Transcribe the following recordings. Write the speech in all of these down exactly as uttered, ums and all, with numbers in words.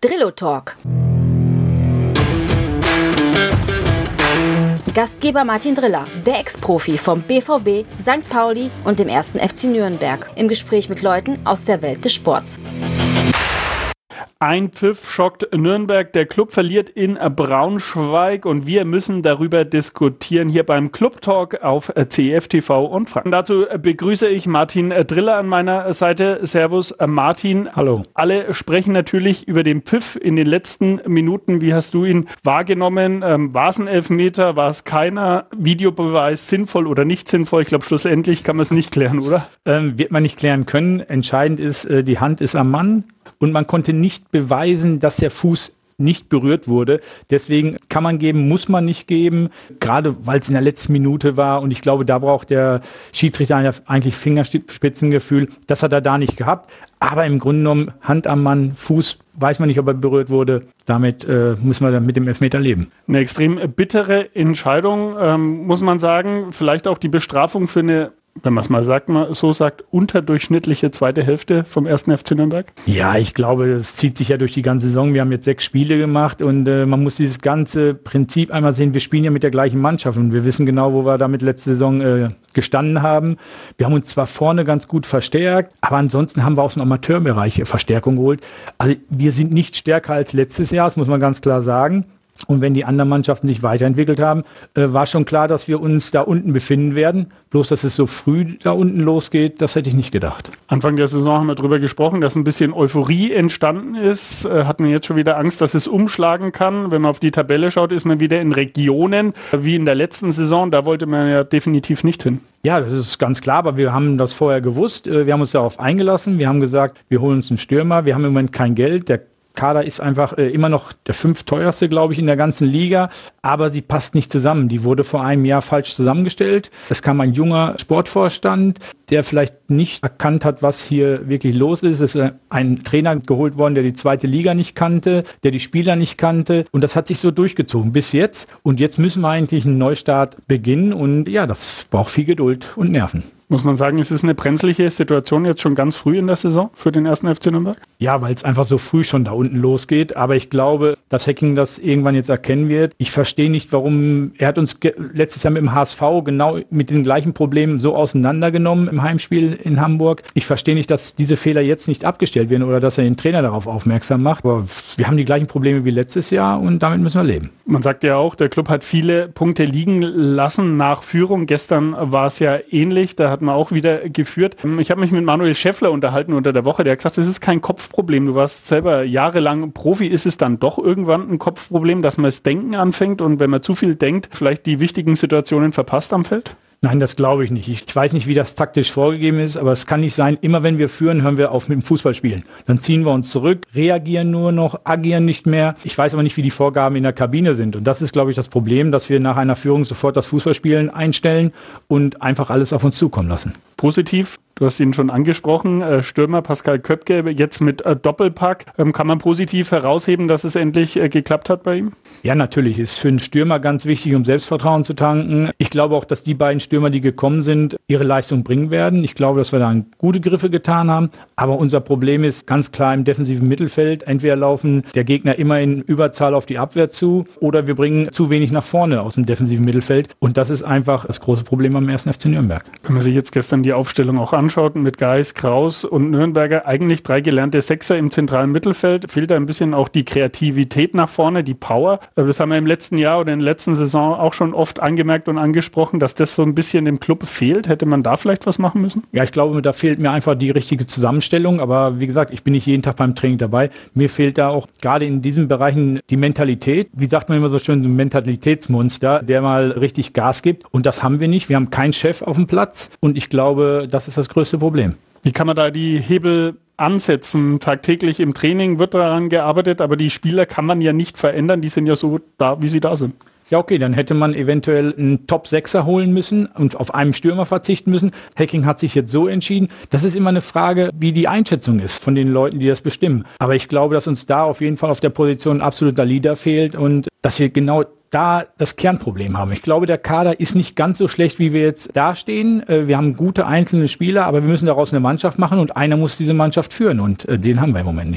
Drillo Talk. Gastgeber Martin Driller, der Ex-Profi vom B V B, Sankt Pauli und dem ersten F C Nürnberg, im Gespräch mit Leuten aus der Welt des Sports. Ein Pfiff schockt Nürnberg, der Club verliert in Braunschweig und wir müssen darüber diskutieren hier beim Club Talk auf C F T V und Franken. Dazu begrüße ich Martin Driller an meiner Seite. Servus Martin. Hallo. Alle sprechen natürlich über den Pfiff in den letzten Minuten. Wie hast du ihn wahrgenommen? Ähm, war es ein Elfmeter? War es keiner? Videobeweis sinnvoll oder nicht sinnvoll? Ich glaube, schlussendlich kann man es nicht klären, oder? Ähm, wird man nicht klären können. Entscheidend ist, äh, die Hand ist am Mann. Und man konnte nicht beweisen, dass der Fuß nicht berührt wurde. Deswegen kann man geben, muss man nicht geben, gerade weil es in der letzten Minute war. Und ich glaube, da braucht der Schiedsrichter eigentlich Fingerspitzengefühl. Das hat er da nicht gehabt. Aber im Grunde genommen, Hand am Mann, Fuß, weiß man nicht, ob er berührt wurde. Damit äh, müssen wir dann mit dem Elfmeter leben. Eine extrem bittere Entscheidung, ähm, muss man sagen. Vielleicht auch die Bestrafung für eine, wenn man es mal sagt, mal so sagt, unterdurchschnittliche zweite Hälfte vom ersten F C Nürnberg? Ja, ich glaube, das zieht sich ja durch die ganze Saison. Wir haben jetzt sechs Spiele gemacht und äh, man muss dieses ganze Prinzip einmal sehen. Wir spielen ja mit der gleichen Mannschaft und wir wissen genau, wo wir damit letzte Saison äh, gestanden haben. Wir haben uns zwar vorne ganz gut verstärkt, aber ansonsten haben wir aus dem Amateurbereich Verstärkung geholt. Also wir sind nicht stärker als letztes Jahr, das muss man ganz klar sagen. Und wenn die anderen Mannschaften sich weiterentwickelt haben, äh, war schon klar, dass wir uns da unten befinden werden. Bloß, dass es so früh da unten losgeht, das hätte ich nicht gedacht. Anfang der Saison haben wir darüber gesprochen, dass ein bisschen Euphorie entstanden ist. Äh, hat man jetzt schon wieder Angst, dass es umschlagen kann. Wenn man auf die Tabelle schaut, ist man wieder in Regionen wie in der letzten Saison. Da wollte man ja definitiv nicht hin. Ja, das ist ganz klar, aber wir haben das vorher gewusst. Wir haben uns darauf eingelassen. Wir haben gesagt, wir holen uns einen Stürmer. Wir haben im Moment kein Geld. Der Kader ist einfach äh, immer noch der fünftteuerste, glaube ich, in der ganzen Liga, aber sie passt nicht zusammen. Die wurde vor einem Jahr falsch zusammengestellt. Es kam ein junger Sportvorstand, der vielleicht nicht erkannt hat, was hier wirklich los ist. Es ist ein Trainer geholt worden, der die zweite Liga nicht kannte, der die Spieler nicht kannte und das hat sich so durchgezogen bis jetzt. Und jetzt müssen wir eigentlich einen Neustart beginnen und ja, das braucht viel Geduld und Nerven. Muss man sagen, es ist eine brenzliche Situation jetzt schon ganz früh in der Saison für den ersten F C Nürnberg? Ja, weil es einfach so früh schon da unten losgeht. Aber ich glaube, dass Hecking das irgendwann jetzt erkennen wird. Ich verstehe nicht, warum, er hat uns ge- letztes Jahr mit dem H S V genau mit den gleichen Problemen so auseinandergenommen im Heimspiel in Hamburg. Ich verstehe nicht, dass diese Fehler jetzt nicht abgestellt werden oder dass er den Trainer darauf aufmerksam macht. Aber wir haben die gleichen Probleme wie letztes Jahr und damit müssen wir leben. Man sagt ja auch, der Club hat viele Punkte liegen lassen nach Führung. Gestern war es ja ähnlich, da hat man auch wieder geführt. Ich habe mich mit Manuel Schäffler unterhalten unter der Woche, der hat gesagt, das ist kein Kopfproblem. Du warst selber jahrelang Profi. Ist es dann doch irgendwann ein Kopfproblem, dass man das Denken anfängt und wenn man zu viel denkt, vielleicht die wichtigen Situationen verpasst am Feld? Nein, das glaube ich nicht. Ich weiß nicht, wie das taktisch vorgegeben ist, aber es kann nicht sein, immer wenn wir führen, hören wir auf mit dem Fußballspielen. Dann ziehen wir uns zurück, reagieren nur noch, agieren nicht mehr. Ich weiß aber nicht, wie die Vorgaben in der Kabine sind. Und das ist, glaube ich, das Problem, dass wir nach einer Führung sofort das Fußballspielen einstellen und einfach alles auf uns zukommen lassen. Positiv, du hast ihn schon angesprochen, äh, Stürmer Pascal Köpke, jetzt mit äh, Doppelpack. Ähm, kann man positiv herausheben, dass es endlich äh, geklappt hat bei ihm? Ja, natürlich. Ist für einen Stürmer ganz wichtig, um Selbstvertrauen zu tanken. Ich glaube auch, dass die beiden Stürmer, die gekommen sind, ihre Leistung bringen werden. Ich glaube, dass wir da gute Griffe getan haben. Aber unser Problem ist ganz klar im defensiven Mittelfeld. Entweder laufen der Gegner immer in Überzahl auf die Abwehr zu oder wir bringen zu wenig nach vorne aus dem defensiven Mittelfeld. Und das ist einfach das große Problem am ersten F C Nürnberg. Wenn man sich jetzt gestern die Aufstellung auch anschaut, mit Geis, Kraus und Nürnberger, eigentlich drei gelernte Sechser im zentralen Mittelfeld, fehlt da ein bisschen auch die Kreativität nach vorne, die Power. Das haben wir im letzten Jahr oder in der letzten Saison auch schon oft angemerkt und angesprochen, dass das so ein bisschen im Club fehlt. Hätte man da vielleicht was machen müssen? Ja, ich glaube, da fehlt mir einfach die richtige Zusammenstellung. Aber wie gesagt, ich bin nicht jeden Tag beim Training dabei. Mir fehlt da auch gerade in diesen Bereichen die Mentalität. Wie sagt man immer so schön, so ein Mentalitätsmonster, der mal richtig Gas gibt. Und das haben wir nicht. Wir haben keinen Chef auf dem Platz. Und ich glaube, das ist das größte Problem. Wie kann man da die Hebel ansetzen? Tagtäglich im Training wird daran gearbeitet, aber die Spieler kann man ja nicht verändern. Die sind ja so da, wie sie da sind. Ja, okay, dann hätte man eventuell einen Top-Sechser holen müssen und auf einen Stürmer verzichten müssen. Hecking hat sich jetzt so entschieden. Das ist immer eine Frage, wie die Einschätzung ist von den Leuten, die das bestimmen. Aber ich glaube, dass uns da auf jeden Fall auf der Position ein absoluter Leader fehlt und dass wir genau da das Kernproblem haben. Ich glaube, der Kader ist nicht ganz so schlecht, wie wir jetzt dastehen. Wir haben gute einzelne Spieler, aber wir müssen daraus eine Mannschaft machen und einer muss diese Mannschaft führen und den haben wir im Moment nicht.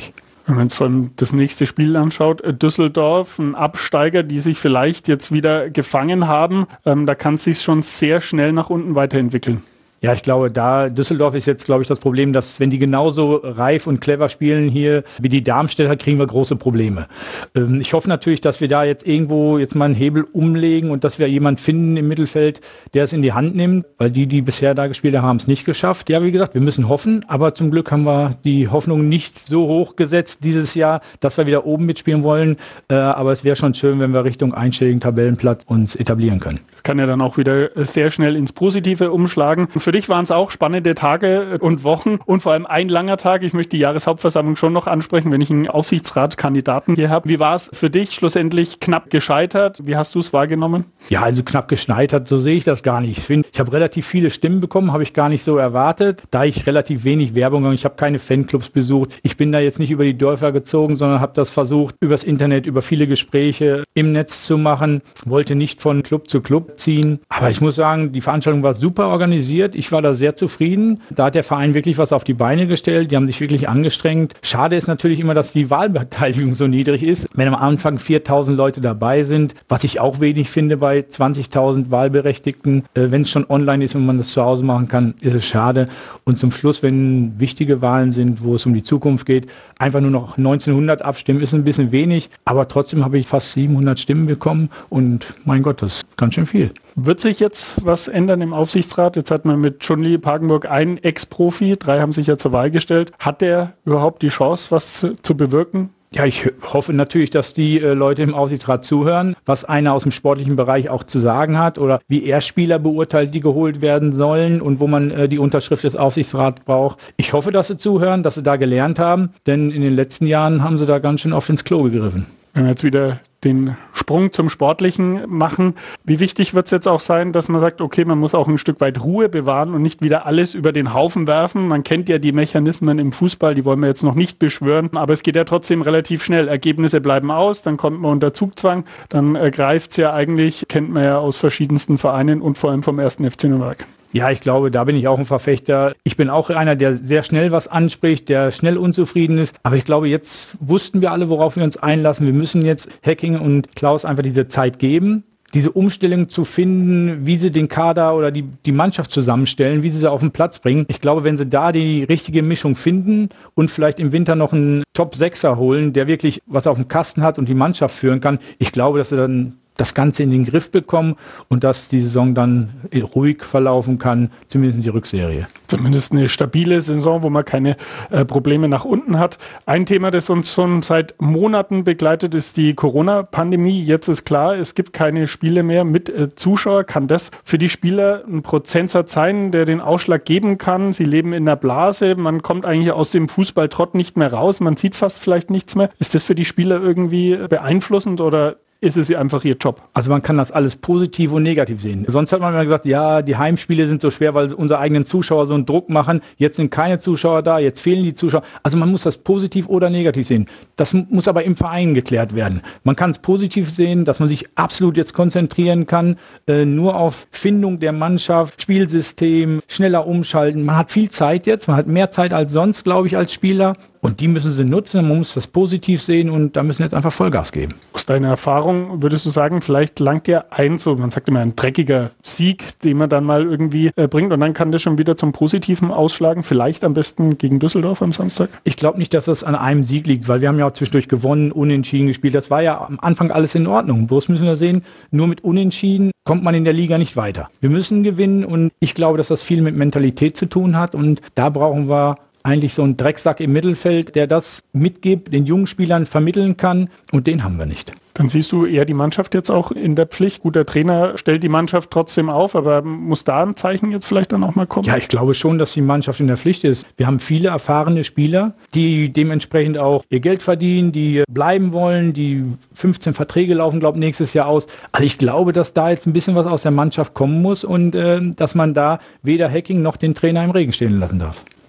Wenn man jetzt vor allem das nächste Spiel anschaut, Düsseldorf, ein Absteiger, die sich vielleicht jetzt wieder gefangen haben, ähm, da kann es sich schon sehr schnell nach unten weiterentwickeln. Ja, ich glaube, da Düsseldorf ist jetzt, glaube ich, das Problem, dass wenn die genauso reif und clever spielen hier wie die Darmstädter, kriegen wir große Probleme. Ähm, ich hoffe natürlich, dass wir da jetzt irgendwo jetzt mal einen Hebel umlegen und dass wir jemanden finden im Mittelfeld, der es in die Hand nimmt, weil die, die bisher da gespielt haben, haben es nicht geschafft. Ja, wie gesagt, wir müssen hoffen, aber zum Glück haben wir die Hoffnung nicht so hoch gesetzt dieses Jahr, dass wir wieder oben mitspielen wollen. Äh, aber es wäre schon schön, wenn wir Richtung einstelligen Tabellenplatz uns etablieren können. Das kann ja dann auch wieder sehr schnell ins Positive umschlagen. Für dich waren es auch spannende Tage und Wochen und vor allem ein langer Tag. Ich möchte die Jahreshauptversammlung schon noch ansprechen, wenn ich einen Aufsichtsratskandidaten hier habe. Wie war es für dich schlussendlich knapp gescheitert? Wie hast du es wahrgenommen? Ja, also knapp gescheitert, so sehe ich das gar nicht. Ich finde, ich habe relativ viele Stimmen bekommen, habe ich gar nicht so erwartet, da ich relativ wenig Werbung habe. Ich habe keine Fanclubs besucht. Ich bin da jetzt nicht über die Dörfer gezogen, sondern habe das versucht, übers Internet, über viele Gespräche im Netz zu machen. Wollte nicht von Club zu Club ziehen. Aber ich muss sagen, die Veranstaltung war super organisiert. Ich war da sehr zufrieden. Da hat der Verein wirklich was auf die Beine gestellt. Die haben sich wirklich angestrengt. Schade ist natürlich immer, dass die Wahlbeteiligung so niedrig ist. Wenn am Anfang viertausend Leute dabei sind, was ich auch wenig finde bei zwanzigtausend Wahlberechtigten. Äh, wenn es schon online ist und man das zu Hause machen kann, ist es schade. Und zum Schluss, wenn wichtige Wahlen sind, wo es um die Zukunft geht, einfach nur noch neunzehnhundert abstimmen, ist ein bisschen wenig. Aber trotzdem habe ich fast siebenhundert Stimmen bekommen. Und mein Gott, das ist ganz schön viel. Wird sich jetzt was ändern im Aufsichtsrat? Jetzt hat man mit Chun-Li Pagenburg einen Ex-Profi, drei haben sich ja zur Wahl gestellt. Hat der überhaupt die Chance, was zu, zu bewirken? Ja, ich hoffe natürlich, dass die äh, Leute im Aufsichtsrat zuhören, was einer aus dem sportlichen Bereich auch zu sagen hat oder wie er Spieler beurteilt, die geholt werden sollen und wo man äh, die Unterschrift des Aufsichtsrats braucht. Ich hoffe, dass sie zuhören, dass sie da gelernt haben, denn in den letzten Jahren haben sie da ganz schön oft ins Klo gegriffen. Wenn wir jetzt wieder den Sprung zum Sportlichen machen, wie wichtig wird es jetzt auch sein, dass man sagt, okay, man muss auch ein Stück weit Ruhe bewahren und nicht wieder alles über den Haufen werfen. Man kennt ja die Mechanismen im Fußball, die wollen wir jetzt noch nicht beschwören, aber es geht ja trotzdem relativ schnell. Ergebnisse bleiben aus, dann kommt man unter Zugzwang, dann äh, greift es ja eigentlich, kennt man ja aus verschiedensten Vereinen und vor allem vom ersten F C Nürnberg. Ja, ich glaube, da bin ich auch ein Verfechter. Ich bin auch einer, der sehr schnell was anspricht, der schnell unzufrieden ist. Aber ich glaube, jetzt wussten wir alle, worauf wir uns einlassen. Wir müssen jetzt Hecking und Klaus einfach diese Zeit geben, diese Umstellung zu finden, wie sie den Kader oder die, die Mannschaft zusammenstellen, wie sie sie auf den Platz bringen. Ich glaube, wenn sie da die richtige Mischung finden und vielleicht im Winter noch einen Top-Sechser holen, der wirklich was auf dem Kasten hat und die Mannschaft führen kann, ich glaube, dass sie dann das Ganze in den Griff bekommen und dass die Saison dann ruhig verlaufen kann, zumindest die Rückserie. Zumindest eine stabile Saison, wo man keine äh, Probleme nach unten hat. Ein Thema, das uns schon seit Monaten begleitet, ist die Corona-Pandemie. Jetzt ist klar, es gibt keine Spiele mehr mit äh, Zuschauer. Kann das für die Spieler ein Prozentsatz sein, der den Ausschlag geben kann? Sie leben in der Blase, man kommt eigentlich aus dem Fußballtrott nicht mehr raus, man sieht fast vielleicht nichts mehr. Ist das für die Spieler irgendwie beeinflussend oder ist es einfach ihr Job? Also man kann das alles positiv und negativ sehen. Sonst hat man immer gesagt, ja, die Heimspiele sind so schwer, weil unsere eigenen Zuschauer so einen Druck machen. Jetzt sind keine Zuschauer da, jetzt fehlen die Zuschauer. Also man muss das positiv oder negativ sehen. Das muss aber im Verein geklärt werden. Man kann es positiv sehen, dass man sich absolut jetzt konzentrieren kann, äh, nur auf Findung der Mannschaft, Spielsystem, schneller umschalten. Man hat viel Zeit jetzt, man hat mehr Zeit als sonst, glaube ich, als Spieler. Und die müssen sie nutzen, man muss das positiv sehen und da müssen jetzt einfach Vollgas geben. Aus deiner Erfahrung würdest du sagen, vielleicht langt ja ein, so man sagt immer ein dreckiger Sieg, den man dann mal irgendwie äh, bringt und dann kann das schon wieder zum Positiven ausschlagen, vielleicht am besten gegen Düsseldorf am Samstag? Ich glaube nicht, dass das an einem Sieg liegt, weil wir haben ja auch zwischendurch gewonnen, unentschieden gespielt. Das war ja am Anfang alles in Ordnung. Bloß müssen wir sehen, nur mit Unentschieden kommt man in der Liga nicht weiter. Wir müssen gewinnen und ich glaube, dass das viel mit Mentalität zu tun hat und da brauchen wir eigentlich so ein Drecksack im Mittelfeld, der das mitgibt, den jungen Spielern vermitteln kann und den haben wir nicht. Dann siehst du eher die Mannschaft jetzt auch in der Pflicht. Gut, der Trainer stellt die Mannschaft trotzdem auf, aber muss da ein Zeichen jetzt vielleicht dann auch mal kommen? Ja, ich glaube schon, dass die Mannschaft in der Pflicht ist. Wir haben viele erfahrene Spieler, die dementsprechend auch ihr Geld verdienen, die bleiben wollen, die fünfzehn Verträge laufen, glaube ich, nächstes Jahr aus. Also ich glaube, dass da jetzt ein bisschen was aus der Mannschaft kommen muss und äh, dass man da weder Hecking noch den Trainer im Regen stehen lassen darf.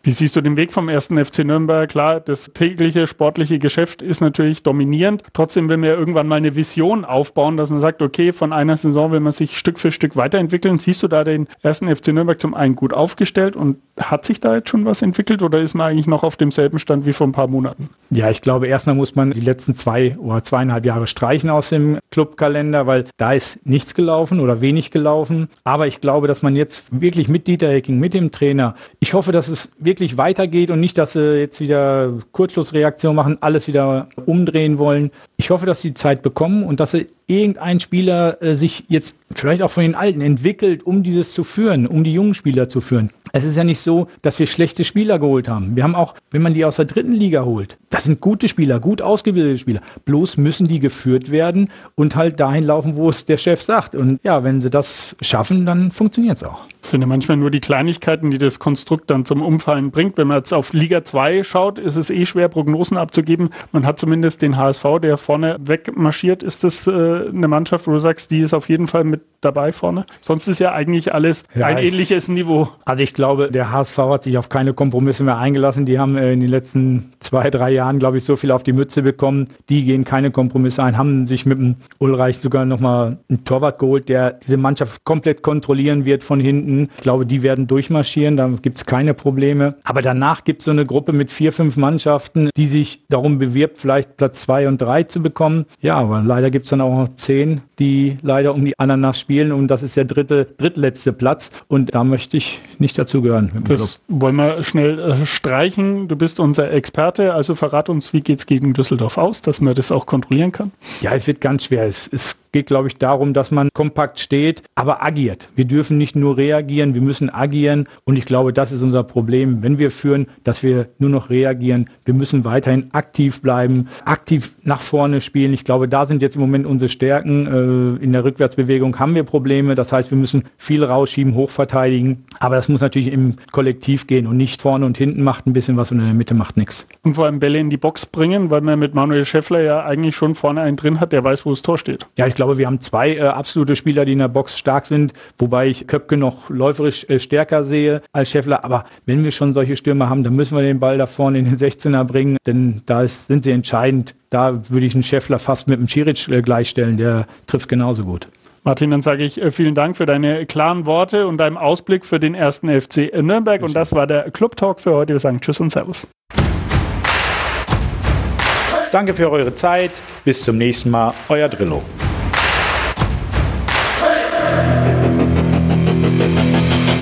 Wie siehst du den Weg vom ersten F C Nürnberg? Klar, das tägliche sportliche Geschäft ist natürlich dominierend. Trotzdem will man ja irgendwann mal eine Vision aufbauen, dass man sagt, okay, von einer Saison will man sich Stück für Stück weiterentwickeln. Siehst du da den ersten F C Nürnberg zum einen gut aufgestellt und hat sich da jetzt schon was entwickelt oder ist man eigentlich noch auf demselben Stand wie vor ein paar Monaten? Ja, ich glaube, erstmal muss man die letzten zwei oder zweieinhalb Jahre streichen aus dem Clubkalender, weil da ist nichts gelaufen oder wenig gelaufen. Aber ich glaube, dass man jetzt wirklich mit Dieter Hecking, mit dem Trainer, ich hoffe, dass es wirklich weitergeht und nicht, dass sie jetzt wieder Kurzschlussreaktion machen, alles wieder umdrehen wollen. Ich hoffe, dass sie die Zeit bekommen und dass sie irgendein Spieler äh, sich jetzt vielleicht auch von den Alten entwickelt, um dieses zu führen, um die jungen Spieler zu führen. Es ist ja nicht so, dass wir schlechte Spieler geholt haben. Wir haben auch, wenn man die aus der dritten Liga holt, das sind gute Spieler, gut ausgebildete Spieler. Bloß müssen die geführt werden und halt dahin laufen, wo es der Chef sagt. Und ja, wenn sie das schaffen, dann funktioniert es auch. Das sind ja manchmal nur die Kleinigkeiten, die das Konstrukt dann zum Umfallen bringt. Wenn man jetzt auf Liga zwei schaut, ist es eh schwer, Prognosen abzugeben. Man hat zumindest den H S V, der vorne wegmarschiert. Ist das äh, eine Mannschaft, wo du sagst, die ist auf jeden Fall mit dabei vorne? Sonst ist ja eigentlich alles ja, ein ich, ähnliches Niveau. Also ich glaube, der H S V hat sich auf keine Kompromisse mehr eingelassen. Die haben äh, in den letzten zwei, drei Jahren, glaube ich, so viel auf die Mütze bekommen. Die gehen keine Kompromisse ein, haben sich mit dem Ulreich sogar nochmal einen Torwart geholt, der diese Mannschaft komplett kontrollieren wird von hinten. Ich glaube, die werden durchmarschieren, da gibt es keine Probleme. Aber danach gibt es so eine Gruppe mit vier, fünf Mannschaften, die sich darum bewirbt, vielleicht Platz zwei und drei zu bekommen. Ja, aber leider gibt es dann auch noch zehn, die leider um die Ananas spielen und das ist der dritte, drittletzte Platz und da möchte ich nicht dazugehören. Das wollen wir schnell äh, streichen. Du bist unser Experte, also verrat uns, wie geht es gegen Düsseldorf aus, dass man das auch kontrollieren kann? Ja, es wird ganz schwer. Es, es geht, glaube ich, darum, dass man kompakt steht, aber agiert. Wir dürfen nicht nur reagieren, wir müssen agieren und ich glaube, das ist unser Problem, wenn wir führen, dass wir nur noch reagieren. Wir müssen weiterhin aktiv bleiben, aktiv nach vorne spielen. Ich glaube, da sind jetzt im Moment unsere Stärken. In der Rückwärtsbewegung haben wir Probleme, das heißt, wir müssen viel rausschieben, hochverteidigen, aber das muss natürlich im Kollektiv gehen und nicht vorne und hinten macht ein bisschen was und in der Mitte macht nichts. Und vor allem Bälle in die Box bringen, weil man mit Manuel Schäffler ja eigentlich schon vorne einen drin hat, der weiß, wo das Tor steht. Ja, ich glaube, wir haben zwei äh, absolute Spieler, die in der Box stark sind, wobei ich Köpke noch läuferisch äh, stärker sehe als Schäffler, aber wenn wir schon solche Stürmer haben, dann müssen wir den Ball da vorne in den sechzehner bringen, denn da ist, sind sie entscheidend. Da würde ich einen Schäffler fast mit dem Schiric äh, gleichstellen, der trifft genauso gut. Martin, dann sage ich äh, vielen Dank für deine klaren Worte und deinen Ausblick für den ersten F C Nürnberg. Und das war der Club Talk für heute. Wir sagen Tschüss und Servus. Danke für eure Zeit. Bis zum nächsten Mal. Euer Drillo.